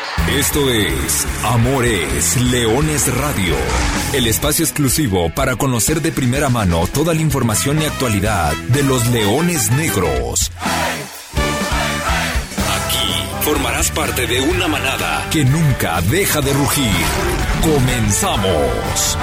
Esto es Amores Leones Radio, el espacio exclusivo para conocer de primera mano toda la información y actualidad de los Leones Negros. Aquí formarás parte de una manada que nunca deja de rugir. ¡Comenzamos!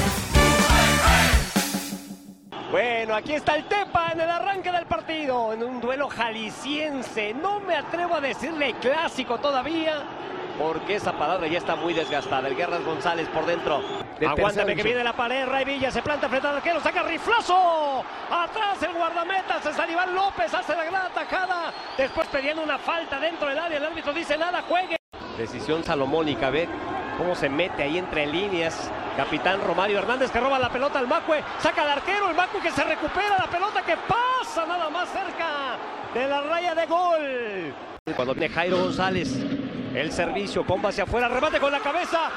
Bueno, aquí está el Tepa en el arranque del partido, en un duelo jalisciense. No me atrevo a decirle clásico todavía, porque esa palabra ya está muy desgastada. El Guerras González por dentro. Aguántame que viene la pared. Ray Villa se planta frente al arquero. Saca riflazo. Atrás el guardameta. César Iván López hace la gran atajada. Después pidiendo una falta dentro del área. El árbitro dice nada, juegue. Decisión salomónica. Ve cómo se mete ahí entre líneas. Capitán Romario Hernández que roba la pelota al Macue. Saca al arquero. El Macue que se recupera la pelota que pasa nada más cerca de la raya de gol. Cuando viene Jairo González. El servicio, comba hacia afuera, remate con la cabeza.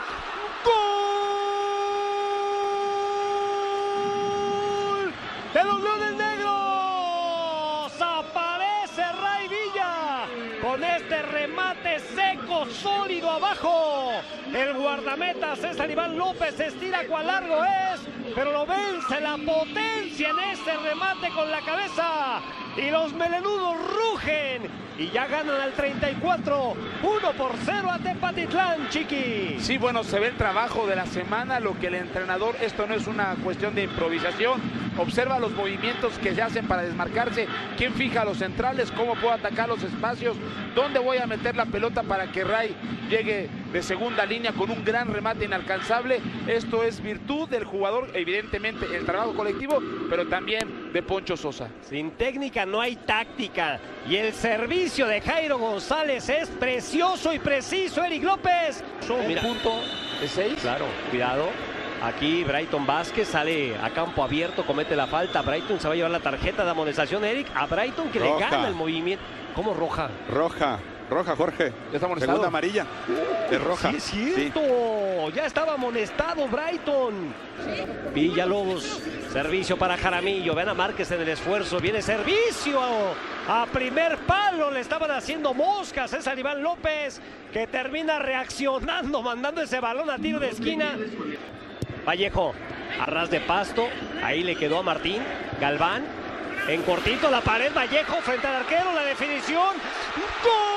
¡Gol! ¡De los Leones Negros! ¡Aparece Ray Villa! Con este remate seco, sólido abajo. El guardameta César Iván López se estira cual largo es, pero lo vence la potencia en este remate con la cabeza. Y los melenudos rugen y ya ganan al 34, 1-0 a Tepatitlán, Chiqui. Sí, bueno, se ve el trabajo de la semana, lo que el entrenador, esto no es una cuestión de improvisación, observa los movimientos que se hacen para desmarcarse, quién fija a los centrales, cómo puedo atacar los espacios, dónde voy a meter la pelota para que Ray llegue de segunda línea con un gran remate inalcanzable. Esto es virtud del jugador, evidentemente el trabajo colectivo, pero también de Poncho Sosa. Sin técnica no hay táctica, y el servicio de Jairo González es precioso y preciso. Eric López. Mira, punto de 6. Claro, cuidado. Aquí Brighton Vázquez sale a campo abierto, comete la falta. Brighton se va a llevar la tarjeta de amonestación, Eric. A Brighton que roja. Le gana el movimiento. ¿Cómo roja? Roja, Jorge. ¿Ya está amonestado? Segunda amarilla. Es roja. Sí, es cierto. Sí. Ya estaba amonestado Brighton. Villalobos. Servicio para Jaramillo. Vean a Márquez en el esfuerzo. Viene servicio a primer palo. Le estaban haciendo moscas. César Iván López que termina reaccionando, mandando ese balón a tiro de esquina. Vallejo. A ras de pasto. Ahí le quedó a Martín. Galván. En cortito la pared. Vallejo frente al arquero. La definición. ¡Gol!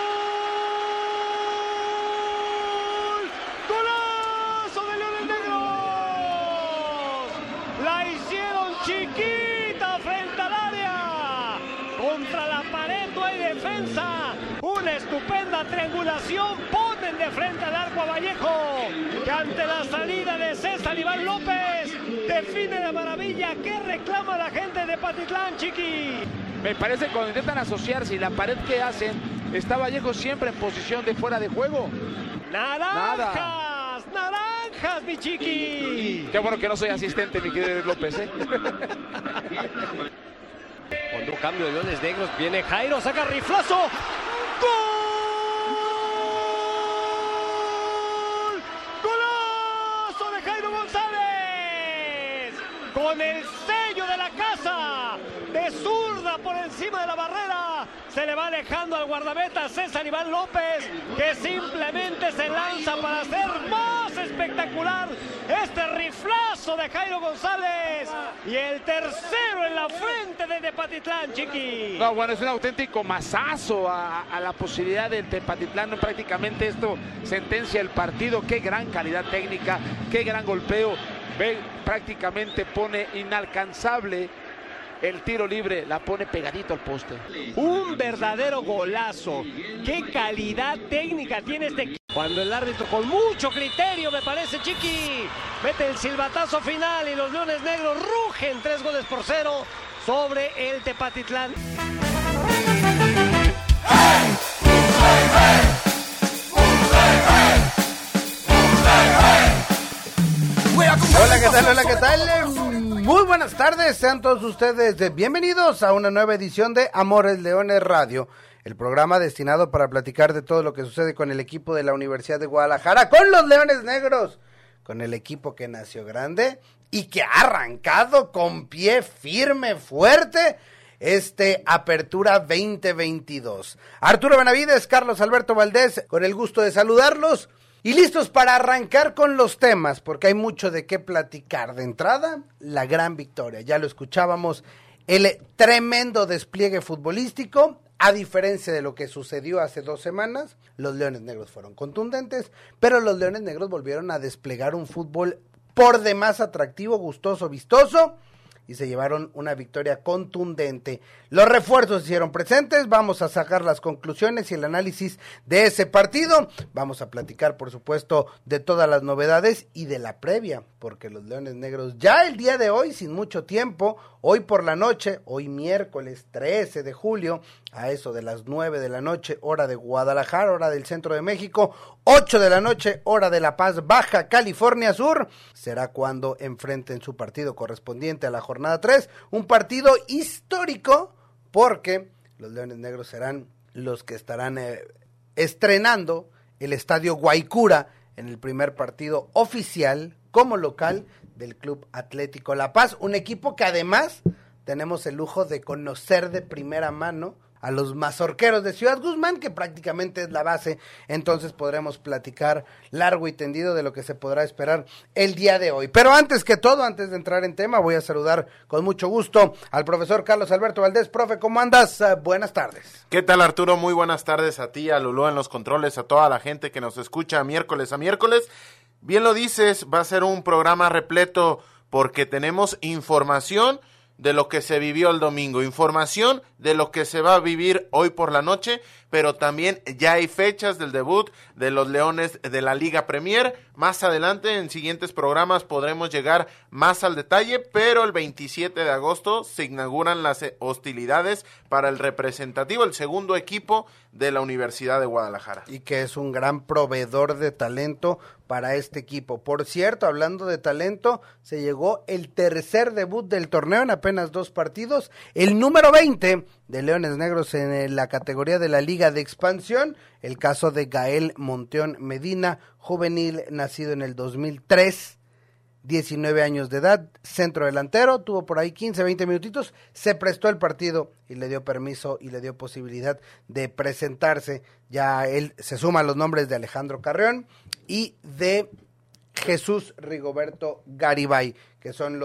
Chiquita frente al área, contra la pared no hay defensa, una estupenda triangulación, ponen de frente al arco a Vallejo, que ante la salida de César Iván López define la maravilla. ¿Qué reclama la gente de Patitlán, Chiqui? Me parece que cuando intentan asociarse y la pared que hacen, está Vallejo siempre en posición de fuera de juego. ¡Naranjas! Mi Chiqui. Qué bueno que no soy asistente, mi querido López, Con un cambio de Leones Negros viene Jairo, saca riflazo. ¡Gol! ¡Golazo de Jairo González! Con el sello de la casa, de zurda por encima de la barrera, se le va alejando al guardameta César Iván López, que simplemente se lanza para hacer más espectacular este riflazo de Jairo González, y el tercero en la frente de Tepatitlán, Chiqui. No, bueno, es un auténtico mazazo a la posibilidad del Tepatitlán. Prácticamente esto sentencia el partido. Qué gran calidad técnica, qué gran golpeo. Ve, prácticamente pone inalcanzable el tiro libre, la pone pegadito al poste. Un verdadero golazo. Qué calidad técnica tiene este equipo. Cuando el árbitro con mucho criterio, me parece, Chiqui, mete el silbatazo final y los Leones Negros rugen 3-0 sobre el Tepatitlán. Hola, ¿qué tal? Muy buenas tardes, sean todos ustedes bienvenidos a una nueva edición de Amores Leones Radio, el programa destinado para platicar de todo lo que sucede con el equipo de la Universidad de Guadalajara, con los Leones Negros, con el equipo que nació grande y que ha arrancado con pie firme, fuerte Apertura 2022. Arturo Benavides, Carlos Alberto Valdés, con el gusto de saludarlos y listos para arrancar con los temas, porque hay mucho de qué platicar. De entrada, la gran victoria, ya lo escuchábamos, el tremendo despliegue futbolístico. A diferencia de lo que sucedió hace 2 semanas, los Leones Negros fueron contundentes, pero los Leones Negros volvieron a desplegar un fútbol por demás atractivo, gustoso, vistoso, y se llevaron una victoria contundente. Los refuerzos se hicieron presentes, vamos a sacar las conclusiones y el análisis de ese partido. Vamos a platicar, por supuesto, de todas las novedades y de la previa, porque los Leones Negros ya el día de hoy, sin mucho tiempo, hoy por la noche, hoy miércoles 13 de julio, a eso de las 9 de la noche, hora de Guadalajara, hora del centro de México, 8 de la noche, hora de La Paz, Baja California Sur, será cuando enfrenten su partido correspondiente a la jornada 3, un partido histórico, porque los Leones Negros serán los que estarán estrenando el Estadio Guaycura en el primer partido oficial como local del Club Atlético La Paz, un equipo que además tenemos el lujo de conocer de primera mano a los mazorqueros de Ciudad Guzmán, que prácticamente es la base, entonces podremos platicar largo y tendido de lo que se podrá esperar el día de hoy. Pero antes que todo, antes de entrar en tema, voy a saludar con mucho gusto al profesor Carlos Alberto Valdés. Profe, ¿cómo andas? Buenas tardes. ¿Qué tal, Arturo? Muy buenas tardes a ti, a Lulú en los controles, a toda la gente que nos escucha miércoles a miércoles. Bien lo dices, va a ser un programa repleto porque tenemos información de lo que se vivió el domingo, información de lo que se va a vivir hoy por la noche, pero también ya hay fechas del debut de los Leones de la Liga Premier. Más adelante, en siguientes programas, podremos llegar más al detalle, pero el 27 de agosto se inauguran las hostilidades para el representativo, el segundo equipo de la Universidad de Guadalajara. Y que es un gran proveedor de talento para este equipo. Por cierto, hablando de talento, se llegó el tercer debut del torneo en apenas 2 partidos, el número 20 de Leones Negros en la categoría de la Liga de Expansión, el caso de Gael Monteón Medina, juvenil, nacido en el 2003, 19 años de edad, centro delantero, tuvo por ahí 15-20 minutitos, se prestó el partido y le dio permiso y le dio posibilidad de presentarse. Ya él se suma a los nombres de Alejandro Carreón y de Jesús Rigoberto Garibay, que son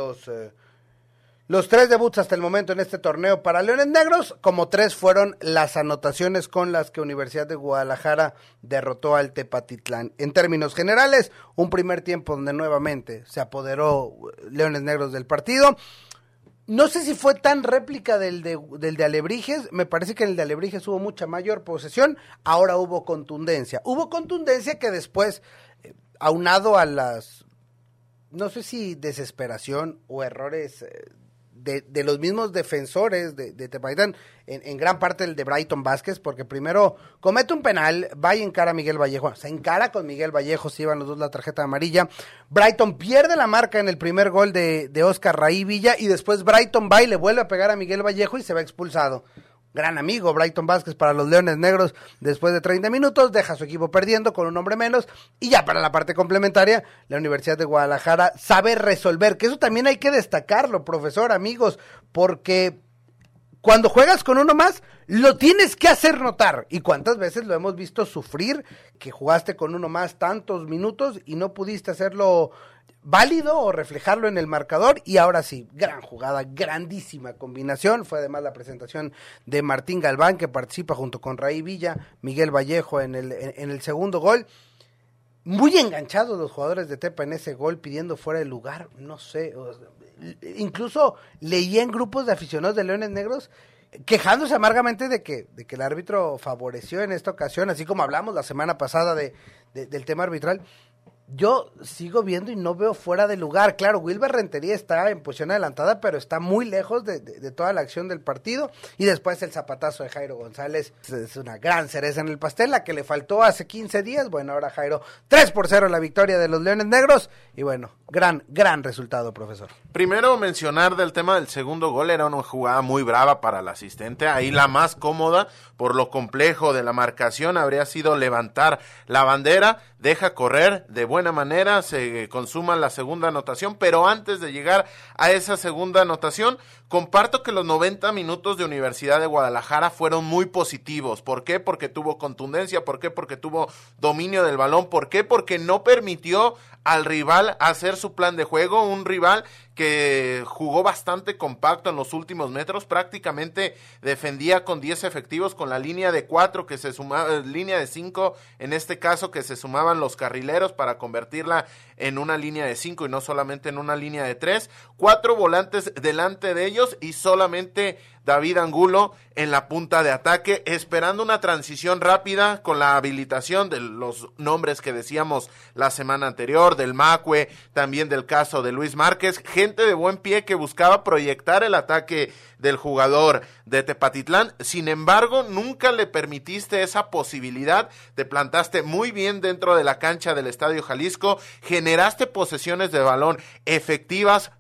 los 3 debuts hasta el momento en este torneo para Leones Negros, como 3 fueron las anotaciones con las que Universidad de Guadalajara derrotó al Tepatitlán. En términos generales, un primer tiempo donde nuevamente se apoderó Leones Negros del partido. No sé si fue tan réplica del de Alebrijes, me parece que en el de Alebrijes hubo mucha mayor posesión, ahora hubo contundencia. Hubo contundencia que después, aunado a las, no sé si desesperación o errores de los mismos defensores de Tepatitlán, en gran parte el de Brighton Vázquez, porque primero comete un penal, va y encara a Miguel Vallejo, se encara con Miguel Vallejo, se iban los dos la tarjeta amarilla. Brighton pierde la marca en el primer gol de Oscar Raí Villa, y después Brighton va y le vuelve a pegar a Miguel Vallejo y se va expulsado. Gran amigo Brighton Vázquez para los Leones Negros, después de 30 minutos, deja a su equipo perdiendo con un hombre menos, y ya para la parte complementaria, la Universidad de Guadalajara sabe resolver, que eso también hay que destacarlo, profesor, amigos, porque cuando juegas con uno más, lo tienes que hacer notar, y cuántas veces lo hemos visto sufrir, que jugaste con uno más tantos minutos y no pudiste hacerlo válido o reflejarlo en el marcador, y ahora sí, gran jugada, grandísima combinación, fue además la presentación de Martín Galván, que participa junto con Raí Villa, Miguel Vallejo en el segundo gol. Muy enganchados los jugadores de Tepa en ese gol, pidiendo fuera de lugar, no sé, incluso leía en grupos de aficionados de Leones Negros quejándose amargamente de que el árbitro favoreció en esta ocasión, así como hablamos la semana pasada del tema arbitral. Yo sigo viendo y no veo fuera de lugar. Claro, Wilber Rentería está en posición adelantada, pero está muy lejos de toda la acción del partido. Y después el zapatazo de Jairo González es una gran cereza en el pastel, la que le faltó hace 15 días. Bueno, ahora Jairo, 3-0 la victoria de los Leones Negros. Y bueno, gran resultado, profesor. Primero mencionar del tema del segundo gol, era una jugada muy brava para el asistente. Ahí la más cómoda, por lo complejo de la marcación, habría sido levantar la bandera, deja correr de buena buena manera, se consuma la segunda anotación, pero antes de llegar a esa segunda anotación, comparto que los 90 minutos de Universidad de Guadalajara fueron muy positivos. ¿Por qué? Porque tuvo contundencia. ¿Por qué? Porque tuvo dominio del balón. ¿Por qué? Porque no permitió al rival hacer su plan de juego, un rival que jugó bastante compacto en los últimos metros, prácticamente defendía con 10 efectivos, con la línea de 4 que se sumaba, línea de 5 en este caso, que se sumaban los carrileros para convertirla en una línea de 5 y no solamente en una línea de 3, 4 volantes delante de ellos y solamente David Angulo en la punta de ataque, esperando una transición rápida con la habilitación de los nombres que decíamos la semana anterior, del Macue, también del caso de Luis Márquez, gente de buen pie que buscaba proyectar el ataque del jugador de Tepatitlán. Sin embargo, nunca le permitiste esa posibilidad, te plantaste muy bien dentro de la cancha del Estadio Jalisco, generaste posesiones de balón efectivas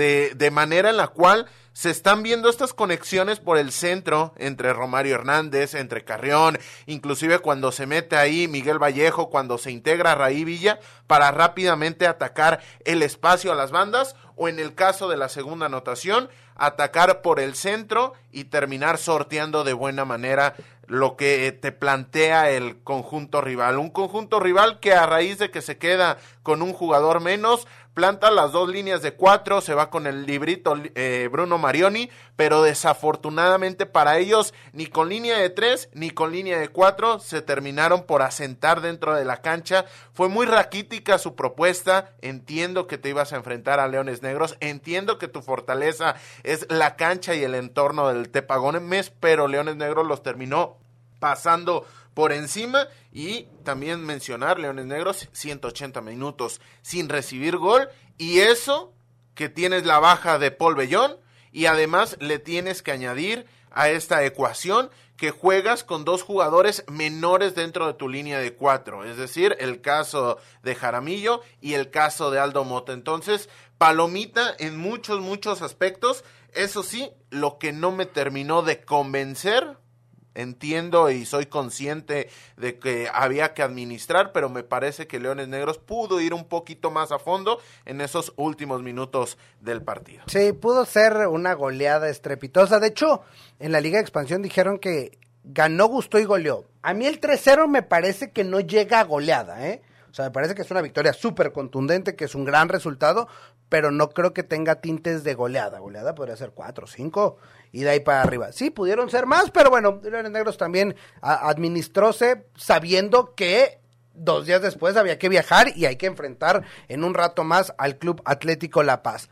de manera en la cual se están viendo estas conexiones por el centro entre Romario Hernández, entre Carrión, inclusive cuando se mete ahí Miguel Vallejo, cuando se integra Raí Villa para rápidamente atacar el espacio a las bandas, o en el caso de la segunda anotación, atacar por el centro y terminar sorteando de buena manera lo que te plantea el conjunto rival. Un conjunto rival que a raíz de que se queda con un jugador menos, planta las 2 líneas de 4, se va con el librito Bruno Marioni, pero desafortunadamente para ellos ni con línea de 3 ni con línea de 4 se terminaron por asentar dentro de la cancha. Fue muy raquítica su propuesta. Entiendo que te ibas a enfrentar a Leones Negros, entiendo que tu fortaleza es la cancha y el entorno del Tepa Gómez, pero Leones Negros los terminó pasando por encima. Y también mencionar, Leones Negros 180 minutos sin recibir gol, y eso que tienes la baja de Paul Bellón, y además le tienes que añadir a esta ecuación que juegas con 2 jugadores menores dentro de tu línea de 4, es decir, el caso de Jaramillo y el caso de Aldo Mota. Entonces, palomita en muchos aspectos. Eso sí, lo que no me terminó de convencer, entiendo y soy consciente de que había que administrar, pero me parece que Leones Negros pudo ir un poquito más a fondo en esos últimos minutos del partido. Sí, pudo ser una goleada estrepitosa. De hecho, en la Liga de Expansión dijeron que ganó, gustó y goleó. A mí el 3-0 me parece que no llega a goleada, ¿eh? O sea, me parece que es una victoria súper contundente, que es un gran resultado, pero no creo que tenga tintes de goleada. Goleada podría ser 4, 5 y de ahí para arriba. Sí, pudieron ser más, pero bueno, Leones Negros también administróse sabiendo que 2 días después había que viajar y hay que enfrentar en un rato más al Club Atlético La Paz.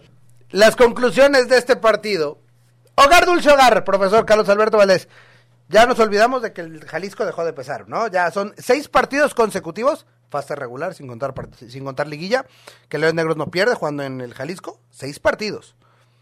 Las conclusiones de este partido. Hogar Dulce Hogar, profesor Carlos Alberto Valdés. Ya nos olvidamos de que el Jalisco dejó de pesar, ¿no? Ya son 6 partidos consecutivos, fase regular, sin contar liguilla, que Leones Negros no pierde jugando en el Jalisco. 6 partidos.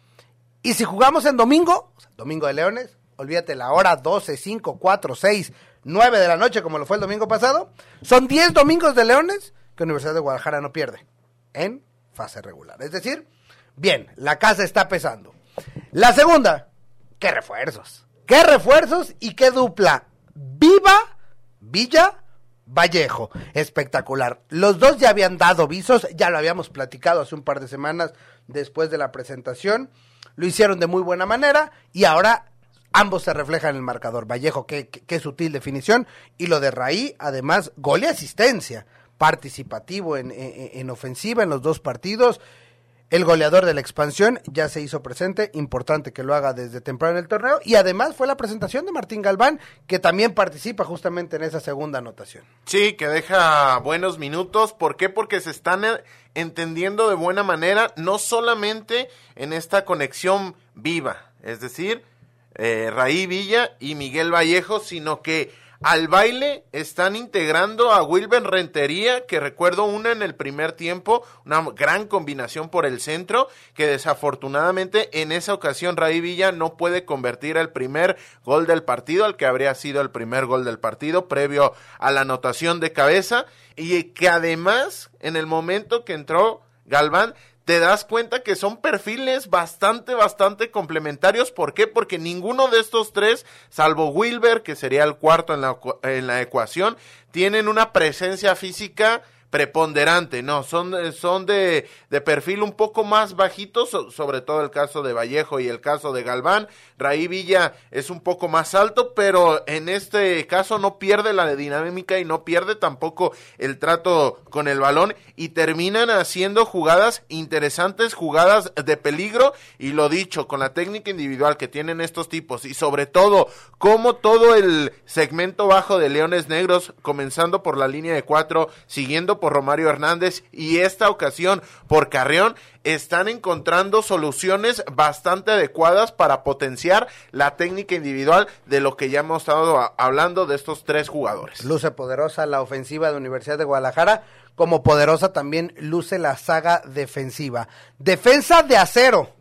Y si jugamos en domingo, o sea, domingo de Leones, olvídate la hora 12, 5, 4, 6, 9 de la noche, como lo fue el domingo pasado, son 10 domingos de Leones que Universidad de Guadalajara no pierde en fase regular. Es decir, bien, la casa está pesando. La segunda, ¿qué refuerzos? ¿Qué refuerzos y qué dupla? Viva, Villa, Vallejo. Espectacular. Los dos ya habían dado visos, ya lo habíamos platicado hace un par de semanas después de la presentación. Lo hicieron de muy buena manera y ahora ambos se reflejan en el marcador. Vallejo, qué sutil definición, y lo de Raí, además, gol y asistencia. Participativo en ofensiva en los 2 partidos. El goleador de la expansión ya se hizo presente, importante que lo haga desde temprano en el torneo, y además fue la presentación de Martín Galván, que también participa justamente en esa segunda anotación. Sí, que deja buenos minutos. ¿Por qué? Porque se están entendiendo de buena manera, no solamente en esta conexión viva, es decir, Raí Villa y Miguel Vallejo, sino que al baile están integrando a Wilber Rentería, que recuerdo una en el primer tiempo, una gran combinación por el centro, que desafortunadamente en esa ocasión Raí Villa no puede convertir el primer gol del partido, el que habría sido el primer gol del partido, previo a la anotación de cabeza, y que además en el momento que entró Galván, te das cuenta que son perfiles bastante complementarios. ¿Por qué? Porque ninguno de estos 3, salvo Wilber, que sería el cuarto en la ecuación, tienen una presencia física preponderante, no, son de perfil un poco más bajitos, sobre todo el caso de Vallejo y el caso de Galván. Raí Villa es un poco más alto, pero en este caso no pierde la dinámica y no pierde tampoco el trato con el balón, y terminan haciendo jugadas interesantes, jugadas de peligro, y lo dicho, con la técnica individual que tienen estos tipos, y sobre todo, como todo el segmento bajo de Leones Negros, comenzando por la línea de 4, siguiendo por Romario Hernández, y esta ocasión por Carrión, están encontrando soluciones bastante adecuadas para potenciar la técnica individual de lo que ya hemos estado hablando de estos tres jugadores. Luce poderosa la ofensiva de Universidad de Guadalajara, como poderosa también luce la saga defensiva. Defensa de acero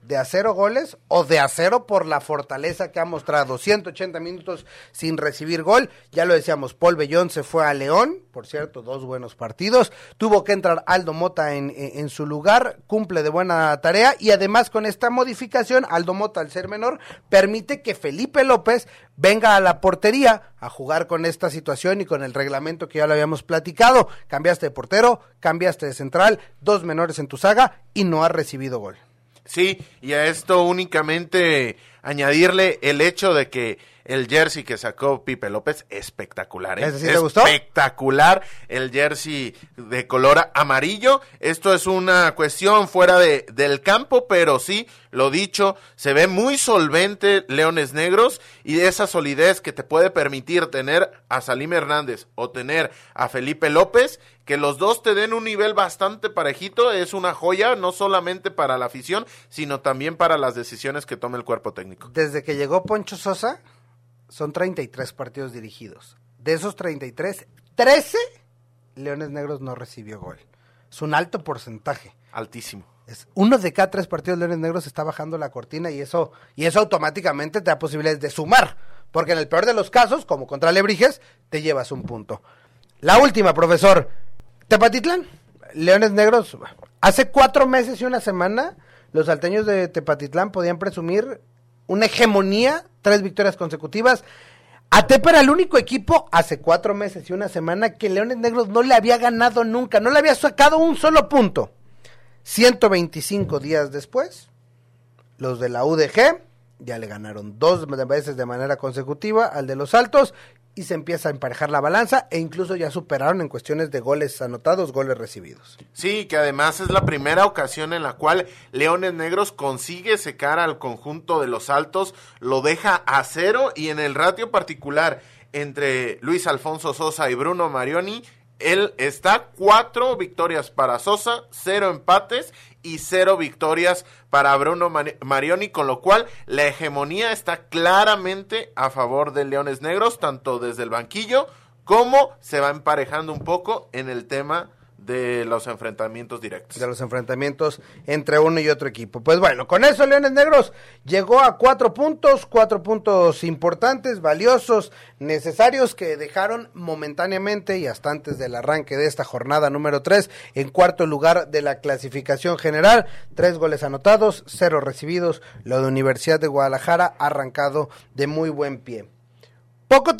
goles o de acero por la fortaleza que ha mostrado. 180 minutos sin recibir gol, ya lo decíamos, Paul Bellón se fue a León, por cierto, 2 buenos partidos, tuvo que entrar Aldo Mota en su lugar, cumple de buena tarea, y además con esta modificación, Aldo Mota, al ser menor, permite que Felipe López venga a la portería a jugar con esta situación y con el reglamento que ya lo habíamos platicado. Cambiaste de portero, cambiaste de central, 2 menores en tu saga y no has recibido gol. Sí, y a esto únicamente añadirle el hecho de que el jersey que sacó Pipe López, espectacular, ¿eh? ¿Ese sí te gustó? Espectacular, el jersey de color amarillo. Esto es una cuestión fuera del campo, pero sí, lo dicho, se ve muy solvente Leones Negros, y de esa solidez que te puede permitir tener a Salim Hernández o tener a Felipe López, que los dos te den un nivel bastante parejito, es una joya, no solamente para la afición, sino también para las decisiones que tome el cuerpo técnico. Desde que llegó Poncho Sosa, son 33 partidos dirigidos. De esos 33, 13 Leones Negros no recibió gol. Es un alto porcentaje. Altísimo. Es 1 de cada 3 partidos Leones Negros está bajando la cortina, y eso automáticamente te da posibilidades de sumar, porque en el peor de los casos, como contra Alebrijes, te llevas un punto. La última, profesor. Tepatitlán, Leones Negros, hace 4 meses y una semana, los salteños de Tepatitlán podían presumir una hegemonía, 3 victorias consecutivas. Atepa era el único equipo hace 4 meses y una semana que Leones Negros no le había ganado nunca, no le había sacado un solo punto. 125 días después, los de la UDG ya le ganaron 2 veces de manera consecutiva al de los Altos, y se empieza a emparejar la balanza, e incluso ya superaron en cuestiones de goles anotados, goles recibidos. Sí, que además es la primera ocasión en la cual Leones Negros consigue secar al conjunto de los Altos, lo deja a 0, y en el ratio particular entre Luis Alfonso Sosa y Bruno Marioni, él está 4 victorias para Sosa, 0 empates y 0 victorias para Bruno Marioni, con lo cual la hegemonía está claramente a favor de Leones Negros, tanto desde el banquillo como se va emparejando un poco en el tema de los enfrentamientos directos. De los enfrentamientos entre uno y otro equipo. Pues bueno, con eso Leones Negros llegó a 4 puntos importantes, valiosos, necesarios, que dejaron momentáneamente y hasta antes del arranque de esta jornada número 3 en 4º lugar de la clasificación general. 3 goles anotados, 0 recibidos. Lo de Universidad de Guadalajara ha arrancado de muy buen pie. Poco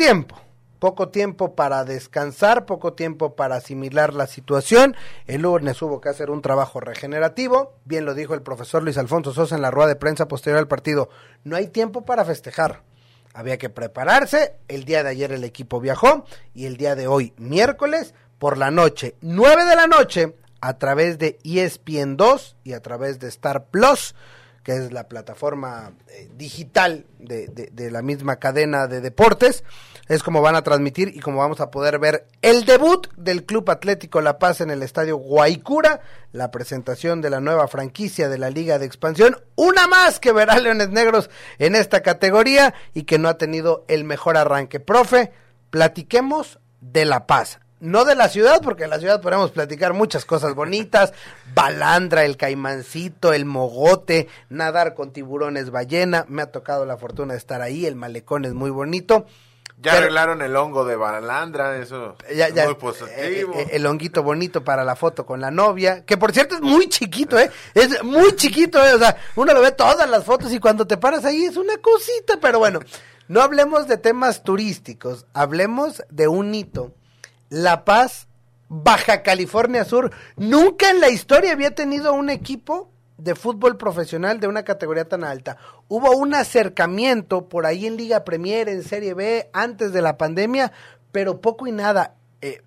tiempo para descansar, poco tiempo para asimilar la situación. El lunes hubo que hacer un trabajo regenerativo, bien lo dijo el profesor Luis Alfonso Sosa en la rueda de prensa posterior al partido. No hay tiempo para festejar, había que prepararse. El día de ayer el equipo viajó, y el día de hoy, miércoles, por la noche, 9 de la noche, a través de ESPN 2 y a través de Star Plus, que es la plataforma digital de la misma cadena de deportes, es como van a transmitir y como vamos a poder ver el debut del Club Atlético La Paz en el Estadio Guaycura, la presentación de la nueva franquicia de la Liga de Expansión, una más que verá Leones Negros en esta categoría y que no ha tenido el mejor arranque. Profe, platiquemos de La Paz. No de la ciudad, porque en la ciudad podemos platicar muchas cosas bonitas, Balandra, el Caimancito, el Mogote, nadar con tiburones ballena, me ha tocado la fortuna de estar ahí, el malecón es muy bonito. Ya arreglaron el hongo de Balandra, eso es muy positivo. El honguito bonito para la foto con la novia, que por cierto es muy chiquito, es muy chiquito, o sea, uno lo ve todas las fotos y cuando te paras ahí es una cosita, pero bueno, no hablemos de temas turísticos, hablemos de un hito. La Paz Baja California Sur nunca en la historia había tenido un equipo de fútbol profesional de una categoría tan alta. Hubo un acercamiento por ahí en Liga Premier, en Serie B, antes de la pandemia, pero poco y nada.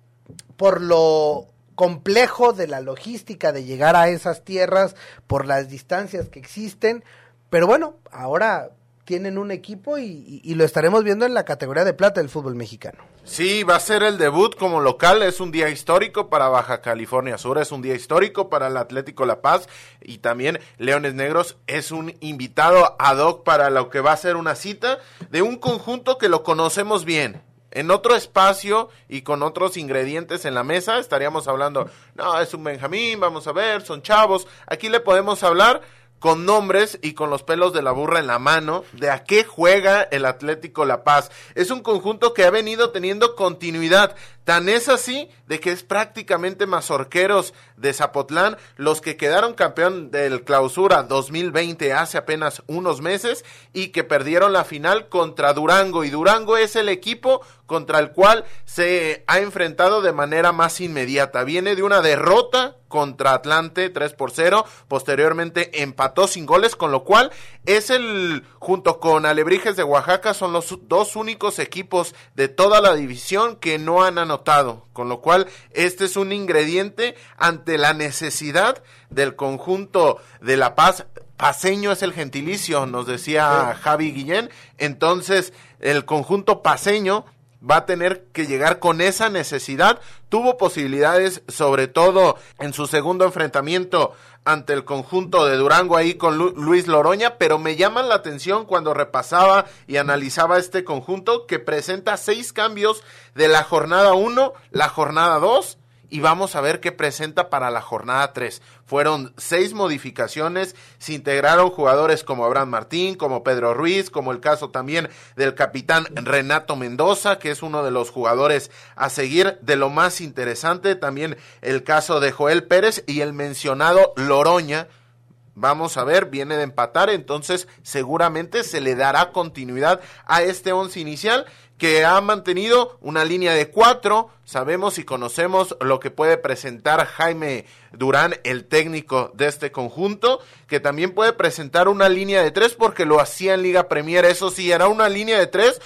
Por lo complejo de la logística de llegar a esas tierras, por las distancias que existen, pero bueno, ahora tienen un equipo y lo estaremos viendo en la categoría de plata del fútbol mexicano. Sí, va a ser el debut como local, es un día histórico para Baja California Sur, es un día histórico para el Atlético La Paz y también Leones Negros es un invitado ad hoc para lo que va a ser una cita de un conjunto que lo conocemos bien. En otro espacio y con otros ingredientes en la mesa estaríamos hablando, no, es un Benjamín, vamos a ver, son chavos. Aquí le podemos hablar con nombres y con los pelos de la burra en la mano de a qué juega el Atlético La Paz. Es un conjunto que ha venido teniendo continuidad, tan es así de que es prácticamente Mazorqueros de Zapotlán los que quedaron campeón del Clausura 2020 hace apenas unos meses y que perdieron la final contra Durango, y Durango es el equipo contra el cual se ha enfrentado de manera más inmediata. Viene de una derrota contra Atlante 3-0, posteriormente empató sin goles, con lo cual es junto con Alebrijes de Oaxaca, son los dos únicos equipos de toda la división que no han anotado, con lo cual este es un ingrediente ante la necesidad del conjunto de La Paz. Paceño es el gentilicio, nos decía Javi Guillén, entonces el conjunto paceño va a tener que llegar con esa necesidad. Tuvo posibilidades, sobre todo en su segundo enfrentamiento ante el conjunto de Durango ahí con Luis Loroña, pero me llama la atención cuando repasaba y analizaba este conjunto que presenta 6 cambios de la jornada 1, la jornada 2, y vamos a ver qué presenta para la jornada 3. Fueron 6 modificaciones, se integraron jugadores como Abraham Martín, como Pedro Ruiz, como el caso también del capitán Renato Mendoza, que es uno de los jugadores a seguir. De lo más interesante también el caso de Joel Pérez y el mencionado Loroña. Vamos a ver, viene de empatar, entonces seguramente se le dará continuidad a este once inicial que ha mantenido una línea de 4. Sabemos y conocemos lo que puede presentar Jaime Durán, el técnico de este conjunto, que también puede presentar una línea de 3 porque lo hacía en Liga Premier. Eso sí, era una línea de 3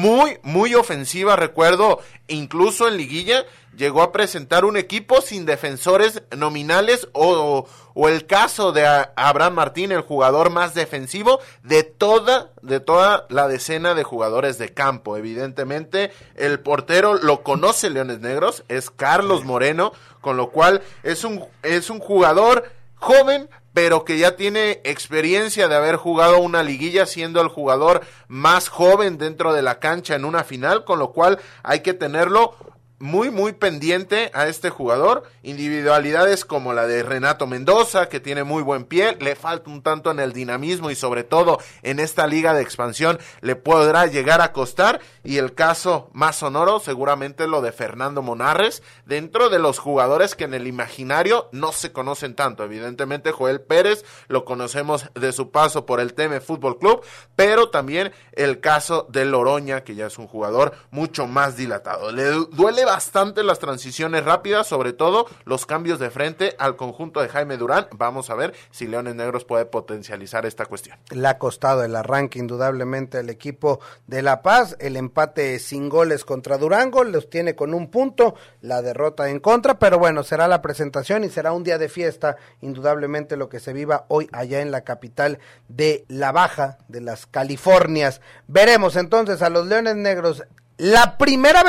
muy ofensiva. Recuerdo, incluso en liguilla llegó a presentar un equipo sin defensores nominales o el caso de Abraham Martín, el jugador más defensivo de toda la decena de jugadores de campo. Evidentemente el portero lo conoce Leones Negros, es Carlos Moreno, con lo cual es un jugador joven, pero que ya tiene experiencia de haber jugado una liguilla, siendo el jugador más joven dentro de la cancha en una final, con lo cual hay que tenerlo muy pendiente a este jugador. Individualidades como la de Renato Mendoza, que tiene muy buen pie, le falta un tanto en el dinamismo y sobre todo en esta liga de expansión le podrá llegar a costar. Y el caso más sonoro seguramente lo de Fernando Monarres, dentro de los jugadores que en el imaginario no se conocen tanto. Evidentemente Joel Pérez lo conocemos de su paso por el Teme Fútbol Club, pero también el caso de Loroña, que ya es un jugador mucho más dilatado. Le duele bastante las transiciones rápidas, sobre todo los cambios de frente al conjunto de Jaime Durán. Vamos a ver si Leones Negros puede potencializar esta cuestión. Le ha costado el arranque indudablemente al equipo de La Paz, el empate sin goles contra Durango, los tiene con 1 punto, la derrota en contra, pero bueno, será la presentación y será un día de fiesta, indudablemente lo que se viva hoy allá en la capital de la Baja de las Californias. Veremos entonces a los Leones Negros la primera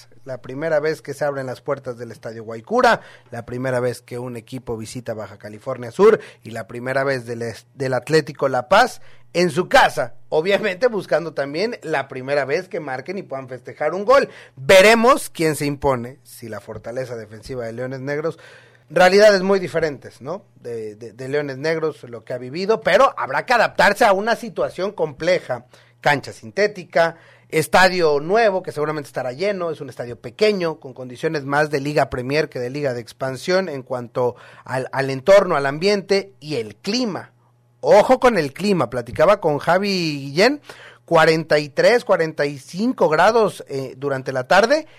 vez que se abren las puertas del Estadio Guaycura, la primera vez que un equipo visita Baja California Sur y la primera vez del Atlético La Paz en su casa, obviamente buscando también la primera vez que marquen y puedan festejar un gol. Veremos quién se impone, si la fortaleza defensiva de Leones Negros, realidades muy diferentes, ¿no? De Leones Negros, lo que ha vivido, pero habrá que adaptarse a una situación compleja, cancha sintética, estadio nuevo que seguramente estará lleno, es un estadio pequeño, con condiciones más de Liga Premier que de Liga de Expansión en cuanto al entorno, al ambiente y el clima. Ojo con el clima, platicaba con Javi Guillén, 43, 45 grados durante la tarde,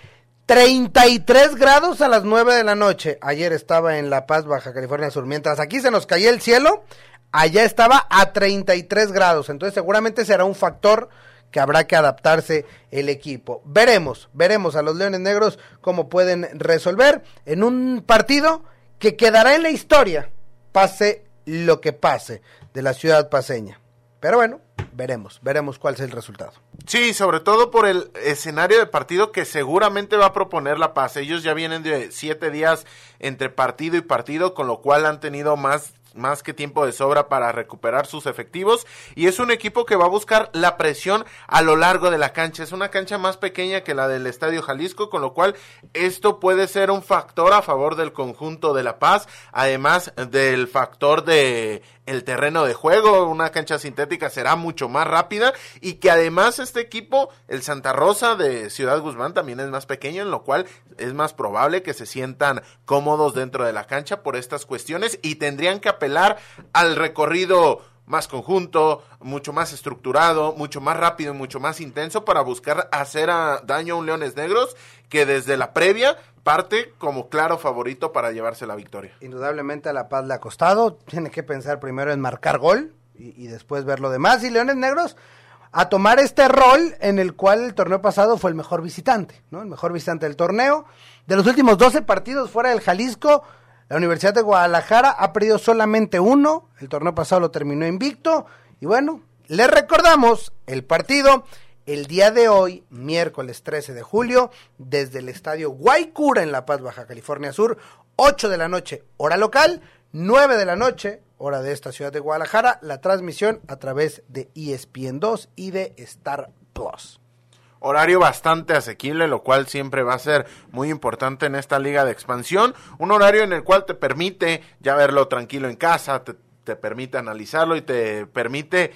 33 grados a las 9 de la noche. Ayer estaba en La Paz, Baja California Sur. Mientras aquí se nos caía el cielo, allá estaba a 33 grados. Entonces seguramente será un factor que habrá que adaptarse el equipo. Veremos a los Leones Negros cómo pueden resolver en un partido que quedará en la historia, pase lo que pase, de la ciudad paceña. Pero bueno, veremos cuál es el resultado. Sí, sobre todo por el escenario de partido que seguramente va a proponer La Paz. Ellos ya vienen de 7 días entre partido y partido, con lo cual han tenido más que tiempo de sobra para recuperar sus efectivos, y es un equipo que va a buscar la presión a lo largo de la cancha. Es una cancha más pequeña que la del Estadio Jalisco, con lo cual esto puede ser un factor a favor del conjunto de La Paz, además del factor de el terreno de juego. Una cancha sintética será mucho más rápida, y que además este equipo, el Santa Rosa de Ciudad Guzmán, también es más pequeño, en lo cual es más probable que se sientan cómodos dentro de la cancha por estas cuestiones, y tendrían que apelar al recorrido más conjunto, mucho más estructurado, mucho más rápido y mucho más intenso para buscar hacer daño a un Leones Negros que desde la previa parte como claro favorito para llevarse la victoria. Indudablemente a La Paz le ha costado, tiene que pensar primero en marcar gol y después ver lo demás, y Leones Negros a tomar este rol en el cual el torneo pasado fue el mejor visitante, ¿no? El mejor visitante del torneo. De los últimos 12 partidos fuera del Jalisco, la Universidad de Guadalajara ha perdido solamente 1, el torneo pasado lo terminó invicto, y bueno, les recordamos el partido el día de hoy, miércoles 13 de julio, desde el estadio Guaycura en La Paz, Baja California Sur, 8 de la noche, hora local, 9 de la noche, hora de esta ciudad de Guadalajara, la transmisión a través de ESPN 2 y de Star Plus. Horario bastante asequible, lo cual siempre va a ser muy importante en esta liga de expansión. Un horario en el cual te permite ya verlo tranquilo en casa, te permite analizarlo y te permite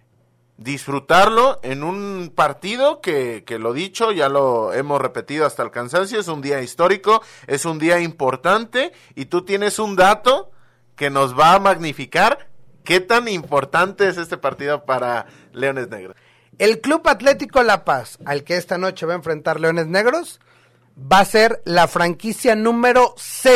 disfrutarlo en un partido que lo dicho, ya lo hemos repetido hasta el cansancio, es un día histórico, es un día importante, y tú tienes un dato que nos va a magnificar qué tan importante es este partido para Leones Negros. El Club Atlético La Paz, al que esta noche va a enfrentar Leones Negros, va a ser la franquicia número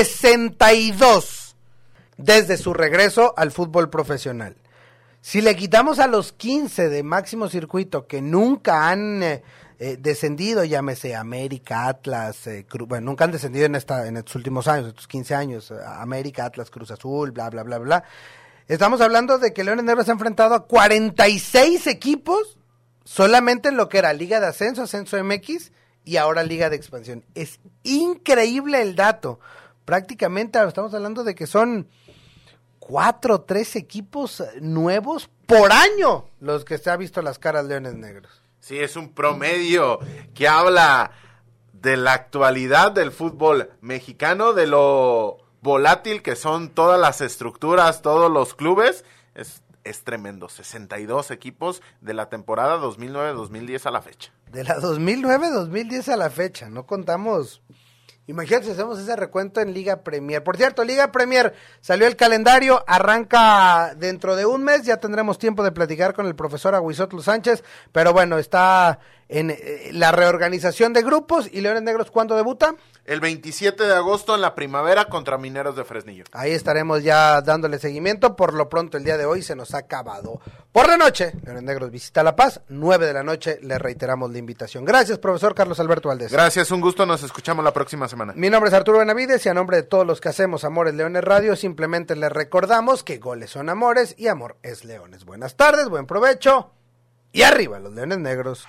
62 desde su regreso al fútbol profesional. Si le quitamos a los 15 de máximo circuito que nunca han descendido, llámese América, Atlas, nunca han descendido en estos últimos años, estos 15 años, América, Atlas, Cruz Azul, bla, bla, bla, bla. Estamos hablando de que Leones Negros se ha enfrentado a 46 equipos solamente en lo que era Liga de Ascenso, Ascenso MX y ahora Liga de Expansión. Es increíble el dato. Prácticamente estamos hablando de que son 4 o 3 equipos nuevos por año los que se ha visto las caras Leones Negros. Sí, es un promedio que habla de la actualidad del fútbol mexicano, de lo volátil que son todas las estructuras, todos los clubes. Es tremendo, 62 equipos de la temporada 2009-2010 a la fecha. De la 2009-2010 a la fecha, no contamos. Imagínate si hacemos ese recuento en Liga Premier. Por cierto, Liga Premier, salió el calendario, arranca dentro de un mes, ya tendremos tiempo de platicar con el profesor Aguizotl Sánchez, pero bueno, está en la reorganización de grupos. ¿Y Leones Negros cuándo debuta? El 27 de agosto en la primavera contra Mineros de Fresnillo. Ahí estaremos ya dándole seguimiento. Por lo pronto el día de hoy se nos ha acabado. Por la noche, Leones Negros visita La Paz, 9 de la noche, le reiteramos la invitación. Gracias, profesor Carlos Alberto Valdés. Gracias, un gusto, nos escuchamos la próxima semana. Mi nombre es Arturo Benavides y a nombre de todos los que hacemos Amores Leones Radio, simplemente les recordamos que goles son amores y amor es Leones. Buenas tardes, buen provecho y arriba los Leones Negros.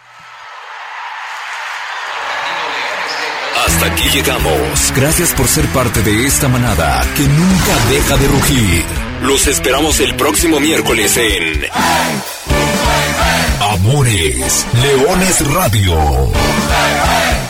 Hasta aquí llegamos. Gracias por ser parte de esta manada que nunca deja de rugir. Los esperamos el próximo miércoles en Amores Leones Radio.